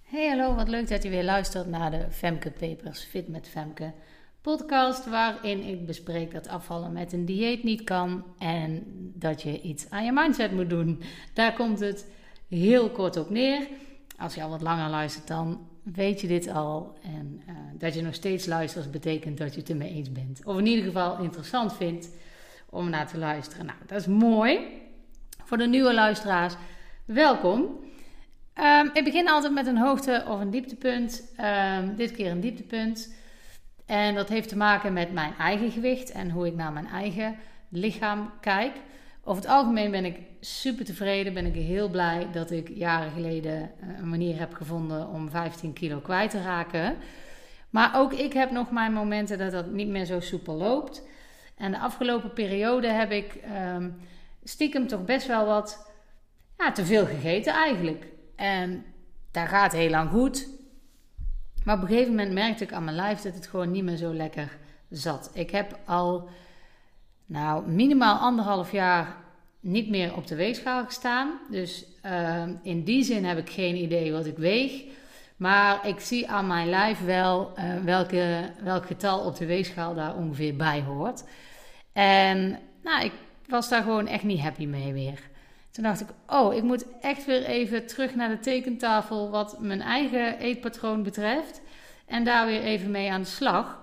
Hey hallo, wat leuk dat je weer luistert naar de Femke Papers Fit met Femke podcast, waarin ik bespreek dat afvallen met een dieet niet kan en dat je iets aan je mindset moet doen. Daar komt het heel kort op neer. Als je al wat langer luistert, dan weet je dit al. En dat je nog steeds luistert, betekent dat je het ermee eens bent. Of in ieder geval interessant vindt om naar te luisteren. Nou, dat is mooi. Voor de nieuwe luisteraars, welkom. Ik begin altijd met een hoogte- of een dieptepunt. Dit keer een dieptepunt. En dat heeft te maken met mijn eigen gewicht en hoe ik naar mijn eigen lichaam kijk. Over het algemeen ben ik super tevreden. Ben ik heel blij dat ik jaren geleden een manier heb gevonden om 15 kilo kwijt te raken. Maar ook ik heb nog mijn momenten dat dat niet meer zo soepel loopt. En de afgelopen periode heb ik stiekem toch best wel wat te veel gegeten eigenlijk. En dat gaat heel lang goed. Maar op een gegeven moment merkte ik aan mijn lijf dat het gewoon niet meer zo lekker zat. Ik heb al minimaal 1,5 jaar niet meer op de weegschaal gestaan. Dus in die zin heb ik geen idee wat ik weeg. Maar ik zie aan mijn lijf wel welk getal op de weegschaal daar ongeveer bij hoort. En ik was daar gewoon echt niet happy mee weer. Toen dacht ik, ik moet echt weer even terug naar de tekentafel wat mijn eigen eetpatroon betreft. En daar weer even mee aan de slag.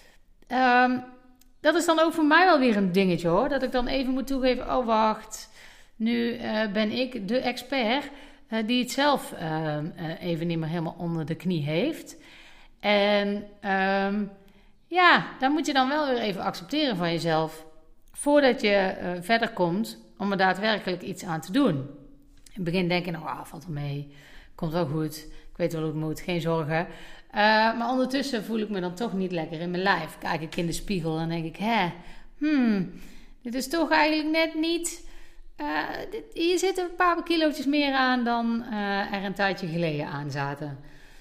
Dat is dan ook voor mij wel weer een dingetje hoor. Dat ik dan even moet toegeven, wacht. Nu ben ik de expert die het zelf even niet meer helemaal onder de knie heeft. En daar moet je dan wel weer even accepteren van jezelf. Voordat je verder komt om er daadwerkelijk iets aan te doen. In het begin denk je valt wel mee. Komt wel goed. Ik weet wel hoe het moet. Geen zorgen. Maar ondertussen voel ik me dan toch niet lekker in mijn lijf. Kijk ik in de spiegel en denk ik, dit is toch eigenlijk net niet. Hier zitten een paar kilootjes meer aan dan er een tijdje geleden aan zaten.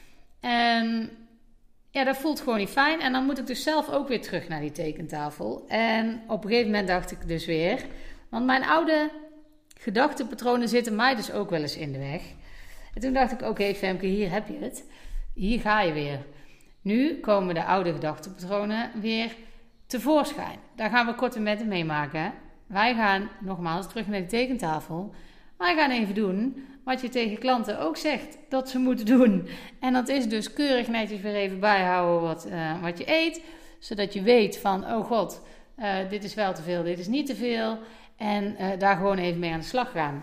En dat voelt gewoon niet fijn. En dan moet ik dus zelf ook weer terug naar die tekentafel. En op een gegeven moment dacht ik dus weer, want mijn oude gedachtenpatronen zitten mij dus ook wel eens in de weg. En toen dacht ik, oké, Femke, hier heb je het. Hier ga je weer. Nu komen de oude gedachtenpatronen weer tevoorschijn. Daar gaan we korte metten meemaken. Wij gaan nogmaals terug naar de tekentafel. Wij gaan even doen wat je tegen klanten ook zegt dat ze moeten doen. En dat is dus keurig netjes weer even bijhouden wat je eet. Zodat je weet van, oh god, dit is wel te veel, dit is niet te veel. En daar gewoon even mee aan de slag gaan.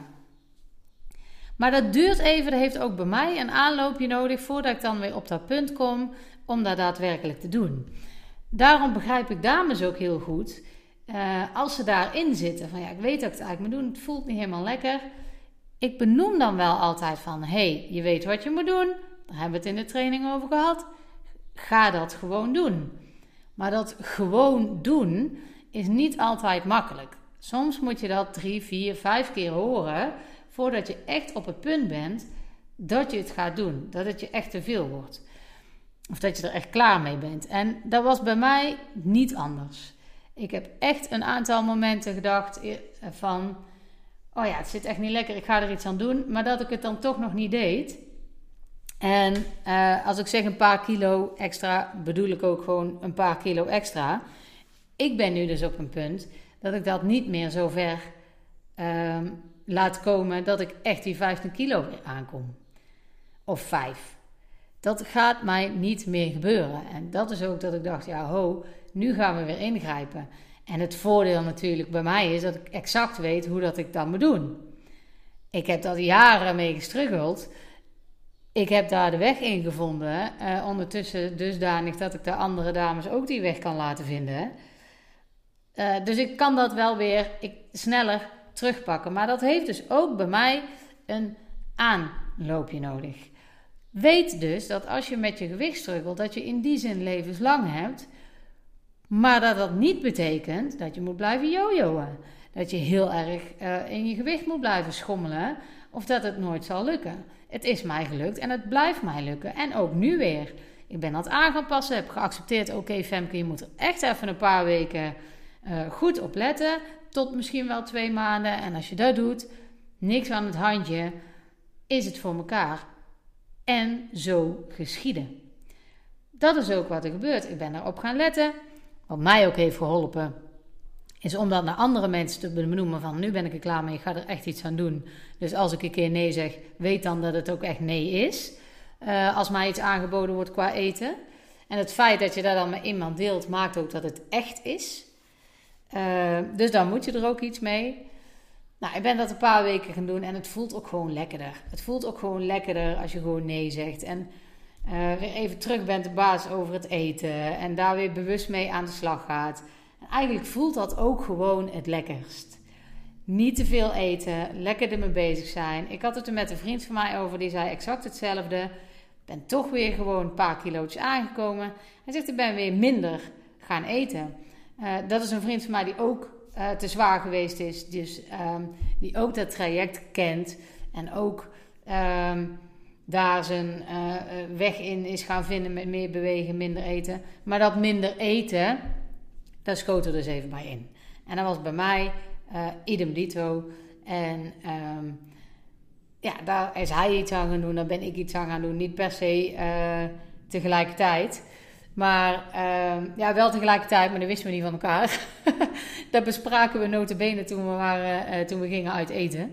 Maar dat duurt even, dat heeft ook bij mij een aanloopje nodig voordat ik dan weer op dat punt kom om dat daadwerkelijk te doen. Daarom begrijp ik dames ook heel goed, als ze daarin zitten, van ik weet dat ik het eigenlijk moet doen, het voelt niet helemaal lekker. Ik benoem dan wel altijd van, je weet wat je moet doen, daar hebben we het in de training over gehad, ga dat gewoon doen. Maar dat gewoon doen is niet altijd makkelijk. Soms moet je dat 3, 4, 5 keer horen voordat je echt op het punt bent dat je het gaat doen. Dat het je echt te veel wordt. Of dat je er echt klaar mee bent. En dat was bij mij niet anders. Ik heb echt een aantal momenten gedacht van, het zit echt niet lekker, ik ga er iets aan doen. Maar dat ik het dan toch nog niet deed. En als ik zeg een paar kilo extra, bedoel ik ook gewoon een paar kilo extra. Ik ben nu dus op een punt dat ik dat niet meer zo ver laat komen dat ik echt die 15 kilo weer aankom. Of 5. Dat gaat mij niet meer gebeuren. En dat is ook dat ik dacht, nu gaan we weer ingrijpen. En het voordeel natuurlijk bij mij is dat ik exact weet hoe dat ik dat moet doen. Ik heb daar jaren mee gestruggeld. Ik heb daar de weg in gevonden. Ondertussen dusdanig dat ik de andere dames ook die weg kan laten vinden. Dus ik kan dat wel weer sneller terugpakken. Maar dat heeft dus ook bij mij een aanloopje nodig. Weet dus dat als je met je gewicht struggelt, dat je in die zin levenslang hebt. Maar dat dat niet betekent dat je moet blijven jojoen. Dat je heel erg in je gewicht moet blijven schommelen. Of dat het nooit zal lukken. Het is mij gelukt en het blijft mij lukken. En ook nu weer. Ik ben aan het aan gaan passen. Heb geaccepteerd, oké, Femke, je moet er echt even een paar weken goed op letten. Tot misschien wel 2 maanden. En als je dat doet, niks aan het handje, is het voor elkaar. En zo geschieden. Dat is ook wat er gebeurt. Ik ben daarop gaan letten. Wat mij ook heeft geholpen, is om dat naar andere mensen te benoemen van nu ben ik er klaar mee, ik ga er echt iets aan doen. Dus als ik een keer nee zeg, weet dan dat het ook echt nee is. Als mij iets aangeboden wordt qua eten. En het feit dat je dat dan met iemand deelt, maakt ook dat het echt is. Dus dan moet je er ook iets mee. Nou, ik ben dat een paar weken gaan doen en het voelt ook gewoon lekkerder. Het voelt ook gewoon lekkerder als je gewoon nee zegt. En weer even terug bent de baas over het eten. En daar weer bewust mee aan de slag gaat. En eigenlijk voelt dat ook gewoon het lekkerst. Niet te veel eten, lekker ermee bezig zijn. Ik had het er met een vriend van mij over, die zei exact hetzelfde. Ik ben toch weer gewoon een paar kilootjes aangekomen. Hij zegt, ik ben weer minder gaan eten. Dat is een vriend van mij die ook te zwaar geweest is. Dus die ook dat traject kent. En ook daar zijn weg in is gaan vinden met meer bewegen, minder eten. Maar dat minder eten, daar schoot er dus even bij in. En dat was bij mij idem dito. En daar is hij iets aan gaan doen, daar ben ik iets aan gaan doen. Niet per se tegelijkertijd. Maar wel tegelijkertijd, maar dat wisten we niet van elkaar. Dat bespraken we nota bene toen we gingen uit eten.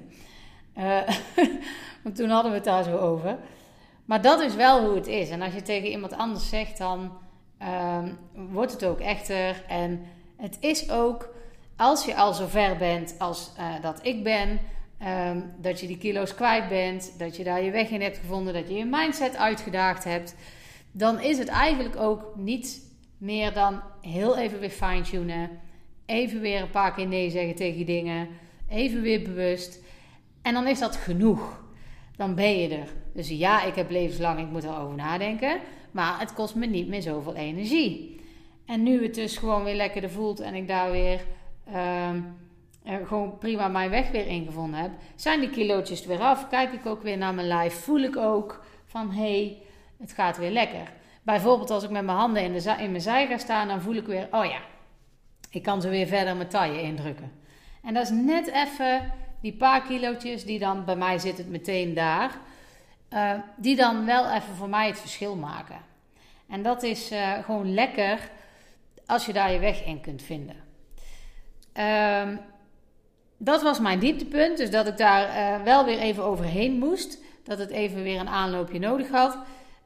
Want toen hadden we het daar zo over. Maar dat is wel hoe het is. En als je tegen iemand anders zegt, dan wordt het ook echter. En het is ook, als je al zo ver bent als dat ik ben, dat je die kilo's kwijt bent, dat je daar je weg in hebt gevonden, dat je je mindset uitgedaagd hebt, dan is het eigenlijk ook niet meer dan heel even weer fine-tunen. Even weer een paar keer nee zeggen tegen dingen. Even weer bewust. En dan is dat genoeg. Dan ben je er. Dus ja, ik heb levenslang, ik moet erover nadenken. Maar het kost me niet meer zoveel energie. En nu het dus gewoon weer lekkerder voelt en ik daar weer gewoon prima mijn weg weer ingevonden heb, zijn die kilootjes er weer af. Kijk ik ook weer naar mijn lijf. Voel ik ook van hey, het gaat weer lekker. Bijvoorbeeld als ik met mijn handen in mijn zij ga staan, dan voel ik weer, oh ja, ik kan zo weer verder mijn taille indrukken. En dat is net even die paar kilootjes die dan, bij mij zit het meteen daar, die dan wel even voor mij het verschil maken. En dat is gewoon lekker als je daar je weg in kunt vinden. Dat was mijn dieptepunt, dus dat ik daar wel weer even overheen moest. Dat het even weer een aanloopje nodig had.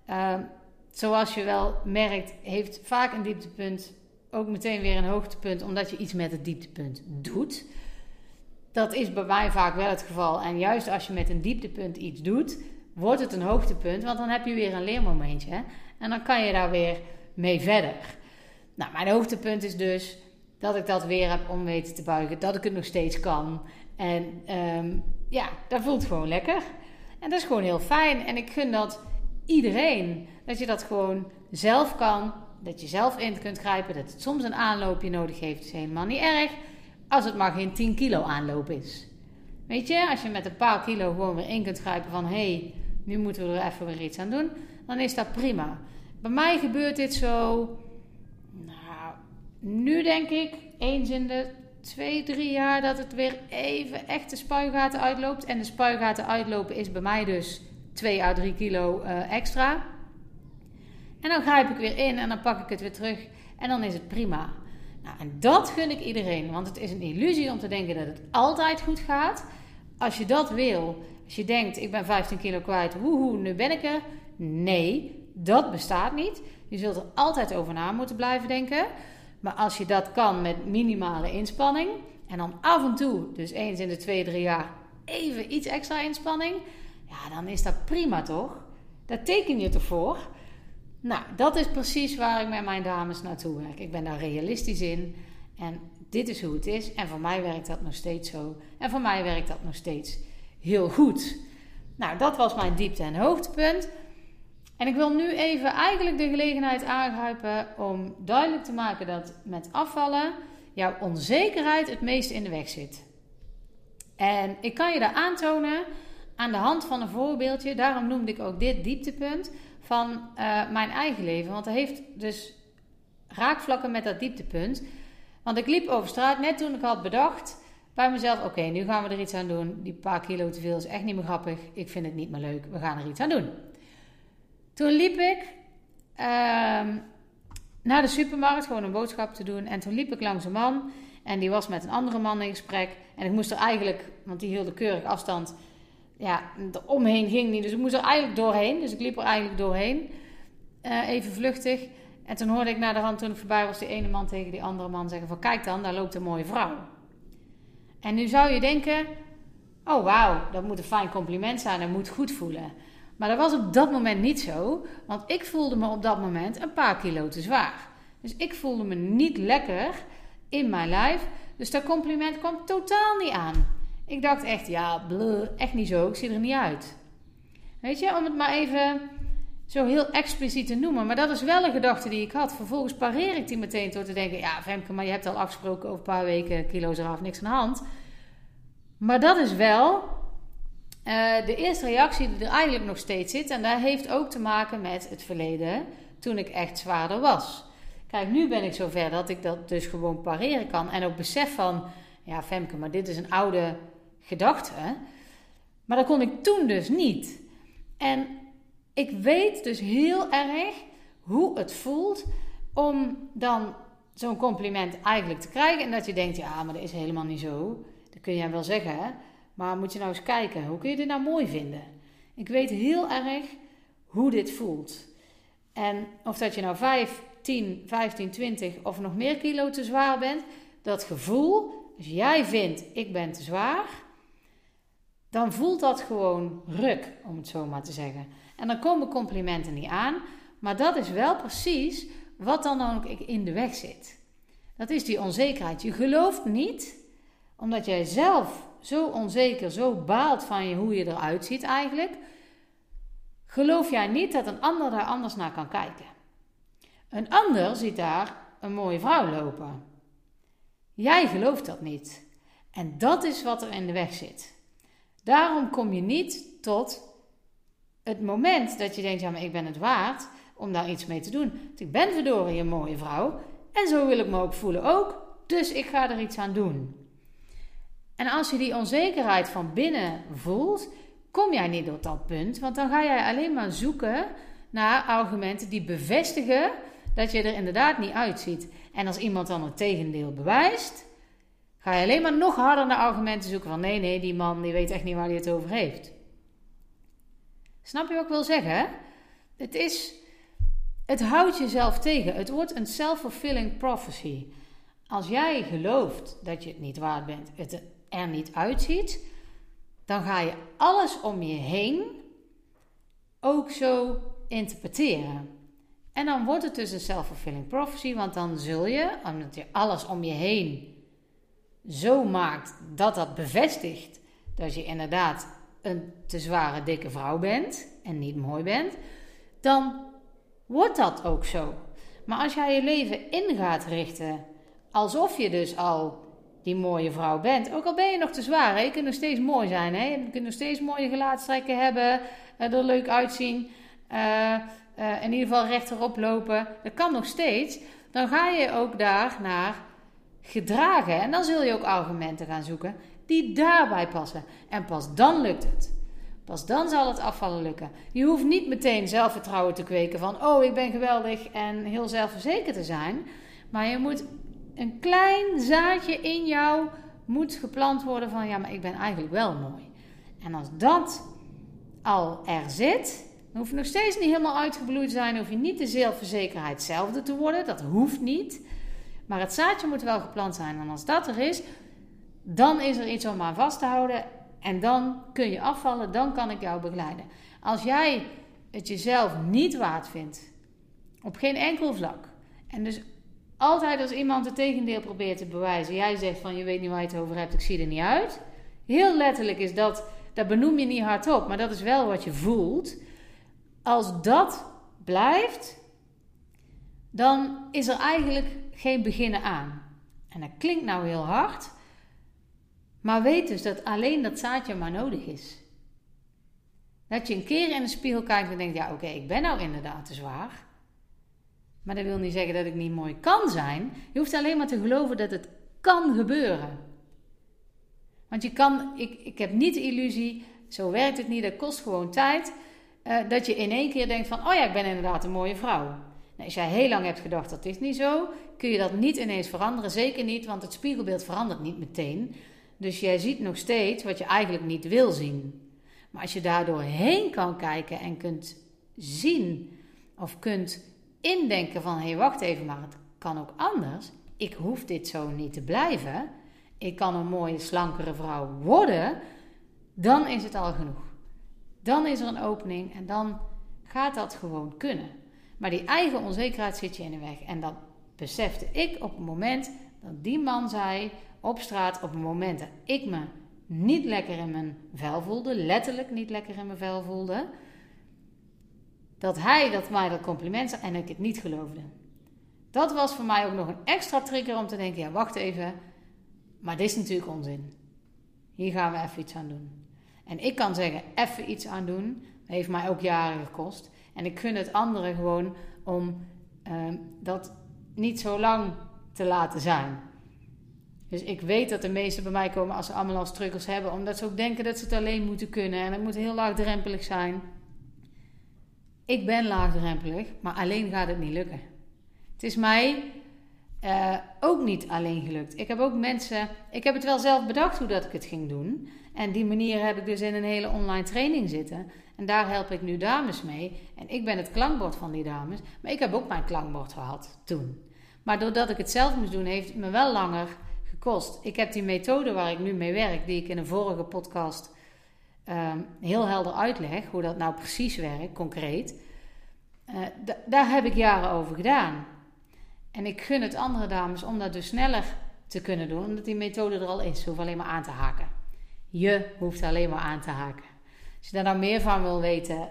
Zoals je wel merkt, heeft vaak een dieptepunt ook meteen weer een hoogtepunt, omdat je iets met het dieptepunt doet. Dat is bij mij vaak wel het geval. En juist als je met een dieptepunt iets doet, wordt het een hoogtepunt, want dan heb je weer een leermomentje. Hè? En dan kan je daar weer mee verder. Nou, mijn hoogtepunt is dus dat ik dat weer heb om weten te buigen. Dat ik het nog steeds kan. En dat voelt gewoon lekker. En dat is gewoon heel fijn. En ik gun dat iedereen. Dat je dat gewoon zelf kan. Dat je zelf in kunt grijpen. Dat het soms een aanloopje nodig heeft. Is helemaal niet erg. Als het maar geen 10 kilo aanloop is. Weet je, als je met een paar kilo gewoon weer in kunt grijpen van hey, nu moeten we er even weer iets aan doen. Dan is dat prima. Bij mij gebeurt dit zo. Nou, nu denk ik eens in de 2-3 jaar dat het weer even echt de spuigaten uitloopt. En de spuigaten uitlopen is bij mij dus 2 à 3 kilo extra. En dan grijp ik weer in en dan pak ik het weer terug. En dan is het prima. Nou, en dat gun ik iedereen. Want het is een illusie om te denken dat het altijd goed gaat. Als je dat wil. Als je denkt, ik ben 15 kilo kwijt. Nu ben ik er. Nee, dat bestaat niet. Je zult er altijd over na moeten blijven denken. Maar als je dat kan met minimale inspanning. En dan af en toe, dus eens in de 2-3 jaar, even iets extra inspanning. Ja, dan is dat prima toch? Daar teken je toch voor? Nou, dat is precies waar ik met mijn dames naartoe werk. Ik ben daar realistisch in. En dit is hoe het is. En voor mij werkt dat nog steeds zo. En voor mij werkt dat nog steeds heel goed. Nou, dat was mijn diepte- en hoogtepunt. En ik wil nu even eigenlijk de gelegenheid aangrijpen om duidelijk te maken dat met afvallen jouw onzekerheid het meest in de weg zit. En ik kan je dat aantonen aan de hand van een voorbeeldje. Daarom noemde ik ook dit dieptepunt van mijn eigen leven. Want dat heeft dus raakvlakken met dat dieptepunt. Want ik liep over straat net toen ik had bedacht bij mezelf, oké, nu gaan we er iets aan doen. Die paar kilo te veel is echt niet meer grappig. Ik vind het niet meer leuk. We gaan er iets aan doen. Toen liep ik naar de supermarkt, gewoon een boodschap te doen. En toen liep ik langs een man en die was met een andere man in gesprek. En ik moest er eigenlijk, want die hield keurig afstand, ja, omheen ging niet. Dus ik moest er eigenlijk doorheen. Dus ik liep er eigenlijk doorheen, even vluchtig. En toen hoorde ik naar de rand, toen ik voorbij was, die ene man tegen die andere man zeggen van, kijk dan, daar loopt een mooie vrouw. En nu zou je denken, oh wauw, dat moet een fijn compliment zijn, dat moet goed voelen. Maar dat was op dat moment niet zo, want ik voelde me op dat moment een paar kilo te zwaar. Dus ik voelde me niet lekker in mijn lijf, dus dat compliment kwam totaal niet aan. Ik dacht echt, ja, echt niet zo, ik zie er niet uit. Weet je, om het maar even zo heel expliciet te noemen. Maar dat is wel een gedachte die ik had. Vervolgens pareer ik die meteen door te denken, ja Femke, maar je hebt al afgesproken over een paar weken, kilo's eraf, niks aan de hand. Maar dat is wel de eerste reactie die er eigenlijk nog steeds zit. En dat heeft ook te maken met het verleden, toen ik echt zwaarder was. Kijk, nu ben ik zover dat ik dat dus gewoon pareren kan. En ook besef van, ja Femke, maar dit is een oude gedachte. Maar dat kon ik toen dus niet. En ik weet dus heel erg hoe het voelt om dan zo'n compliment eigenlijk te krijgen. En dat je denkt, ja, maar dat is helemaal niet zo. Dat kun je wel zeggen, hè? Maar moet je nou eens kijken, hoe kun je dit nou mooi vinden? Ik weet heel erg hoe dit voelt. En of dat je nou 5, 10, 15, 20 of nog meer kilo te zwaar bent, dat gevoel, als jij vindt, ik ben te zwaar, dan voelt dat gewoon ruk, om het zo maar te zeggen. En dan komen complimenten niet aan, maar dat is wel precies wat dan ook in de weg zit. Dat is die onzekerheid. Je gelooft niet, omdat jij zelf zo onzeker, zo baalt van hoe je eruit ziet eigenlijk, geloof jij niet dat een ander daar anders naar kan kijken. Een ander ziet daar een mooie vrouw lopen. Jij gelooft dat niet. En dat is wat er in de weg zit. Daarom kom je niet tot het moment dat je denkt, ja, maar ik ben het waard om daar iets mee te doen. Want ik ben verdorie een mooie vrouw en zo wil ik me ook voelen ook. Dus ik ga er iets aan doen. En als je die onzekerheid van binnen voelt, kom jij niet tot dat punt. Want dan ga jij alleen maar zoeken naar argumenten die bevestigen dat je er inderdaad niet uitziet. En als iemand dan het tegendeel bewijst, ga je alleen maar nog harder naar argumenten zoeken van nee, die man die weet echt niet waar hij het over heeft. Snap je wat ik wil zeggen? Hè? Het houdt jezelf tegen. Het wordt een self-fulfilling prophecy. Als jij gelooft dat je het niet waard bent, het er niet uitziet, dan ga je alles om je heen ook zo interpreteren. En dan wordt het dus een self-fulfilling prophecy, want dan zul je, omdat je alles om je heen zo maakt dat dat bevestigt dat je inderdaad een te zware, dikke vrouw bent en niet mooi bent, dan wordt dat ook zo. Maar als jij je leven in gaat richten alsof je dus al die mooie vrouw bent, ook al ben je nog te zwaar, hè? Je kunt nog steeds mooi zijn, hè? Je kunt nog steeds mooie gelaatstrekken hebben, er leuk uitzien, in ieder geval rechterop lopen, dat kan nog steeds. Dan ga je ook daar naar gedragen en dan zul je ook argumenten gaan zoeken die daarbij passen. En pas dan lukt het. Pas dan zal het afvallen lukken. Je hoeft niet meteen zelfvertrouwen te kweken van, oh, ik ben geweldig en heel zelfverzekerd te zijn. Maar je moet een klein zaadje in jou moet geplant worden van, ja, maar ik ben eigenlijk wel mooi. En als dat al er zit, dan hoef je nog steeds niet helemaal uitgebloeid te zijn. Dan hoef je niet de zelfverzekerheid hetzelfde te worden. Dat hoeft niet. Maar het zaadje moet wel geplant zijn. En als dat er is, dan is er iets om aan vast te houden. En dan kun je afvallen, dan kan ik jou begeleiden. Als jij het jezelf niet waard vindt, op geen enkel vlak, en dus altijd als iemand het tegendeel probeert te bewijzen, jij zegt van je weet niet waar je het over hebt, ik zie er niet uit. Heel letterlijk is dat benoem je niet hardop, maar dat is wel wat je voelt. Als dat blijft, dan is er eigenlijk geen beginnen aan. En dat klinkt nou heel hard, maar weet dus dat alleen dat zaadje maar nodig is. Dat je een keer in de spiegel kijkt en denkt, ja oké, ik ben nou inderdaad te zwaar. Maar dat wil niet zeggen dat ik niet mooi kan zijn. Je hoeft alleen maar te geloven dat het kan gebeuren. Want je kan, ik heb niet de illusie, zo werkt het niet, dat kost gewoon tijd. dat je in één keer denkt van, oh ja, ik ben inderdaad een mooie vrouw. Nou, als jij heel lang hebt gedacht dat is niet zo, kun je dat niet ineens veranderen. Zeker niet, want het spiegelbeeld verandert niet meteen. Dus jij ziet nog steeds wat je eigenlijk niet wil zien. Maar als je daardoor heen kan kijken en kunt zien of kunt indenken van, hé, wacht even, maar het kan ook anders. Ik hoef dit zo niet te blijven. Ik kan een mooie, slankere vrouw worden. Dan is het al genoeg. Dan is er een opening en dan gaat dat gewoon kunnen. Maar die eigen onzekerheid zit je in de weg. En dat besefte ik op het moment dat die man zei op straat, op het moment dat ik me niet lekker in mijn vel voelde, letterlijk niet lekker in mijn vel voelde, dat hij mij dat compliment zei en ik het niet geloofde. Dat was voor mij ook nog een extra trigger om te denken, ja, wacht even, maar dit is natuurlijk onzin. Hier gaan we even iets aan doen. En ik kan zeggen, even iets aan doen, dat heeft mij ook jaren gekost. En ik gun het anderen gewoon om dat niet zo lang te laten zijn. Dus ik weet dat de meesten bij mij komen als ze allemaal al struggles hebben, omdat ze ook denken dat ze het alleen moeten kunnen. En het moet heel laagdrempelig zijn. Ik ben laagdrempelig, maar alleen gaat het niet lukken. Het is mij ook niet alleen gelukt. Ik heb het wel zelf bedacht hoe dat ik het ging doen. En die manier heb ik dus in een hele online training zitten. En daar help ik nu dames mee. En ik ben het klankbord van die dames. Maar ik heb ook mijn klankbord gehad toen. Maar doordat ik het zelf moest doen, heeft het me wel langer gekost. Ik heb die methode waar ik nu mee werk, die ik in een vorige podcast heel helder uitleg, hoe dat nou precies werkt, concreet. Daar heb ik jaren over gedaan. En ik gun het andere dames om dat dus sneller te kunnen doen, omdat die methode er al is. Je hoeft alleen maar aan te haken. Je hoeft alleen maar aan te haken. Als je daar nou meer van wil weten,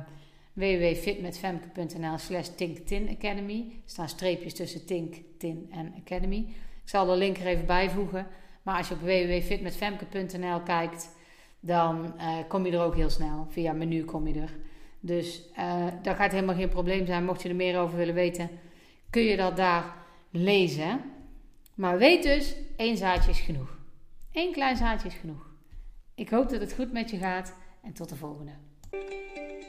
www.fitmetfemke.nl/Think Tin Academy. Er staan streepjes tussen Think, Tin en Academy. Ik zal de link er even bijvoegen. Maar als je op www.fitmetfemke.nl kijkt, dan kom je er ook heel snel. Via menu kom je er. Dus dat gaat helemaal geen probleem zijn. Mocht je er meer over willen weten, kun je dat daar lezen. Maar weet dus, 1 zaadje is genoeg. 1 klein zaadje is genoeg. Ik hoop dat het goed met je gaat en tot de volgende.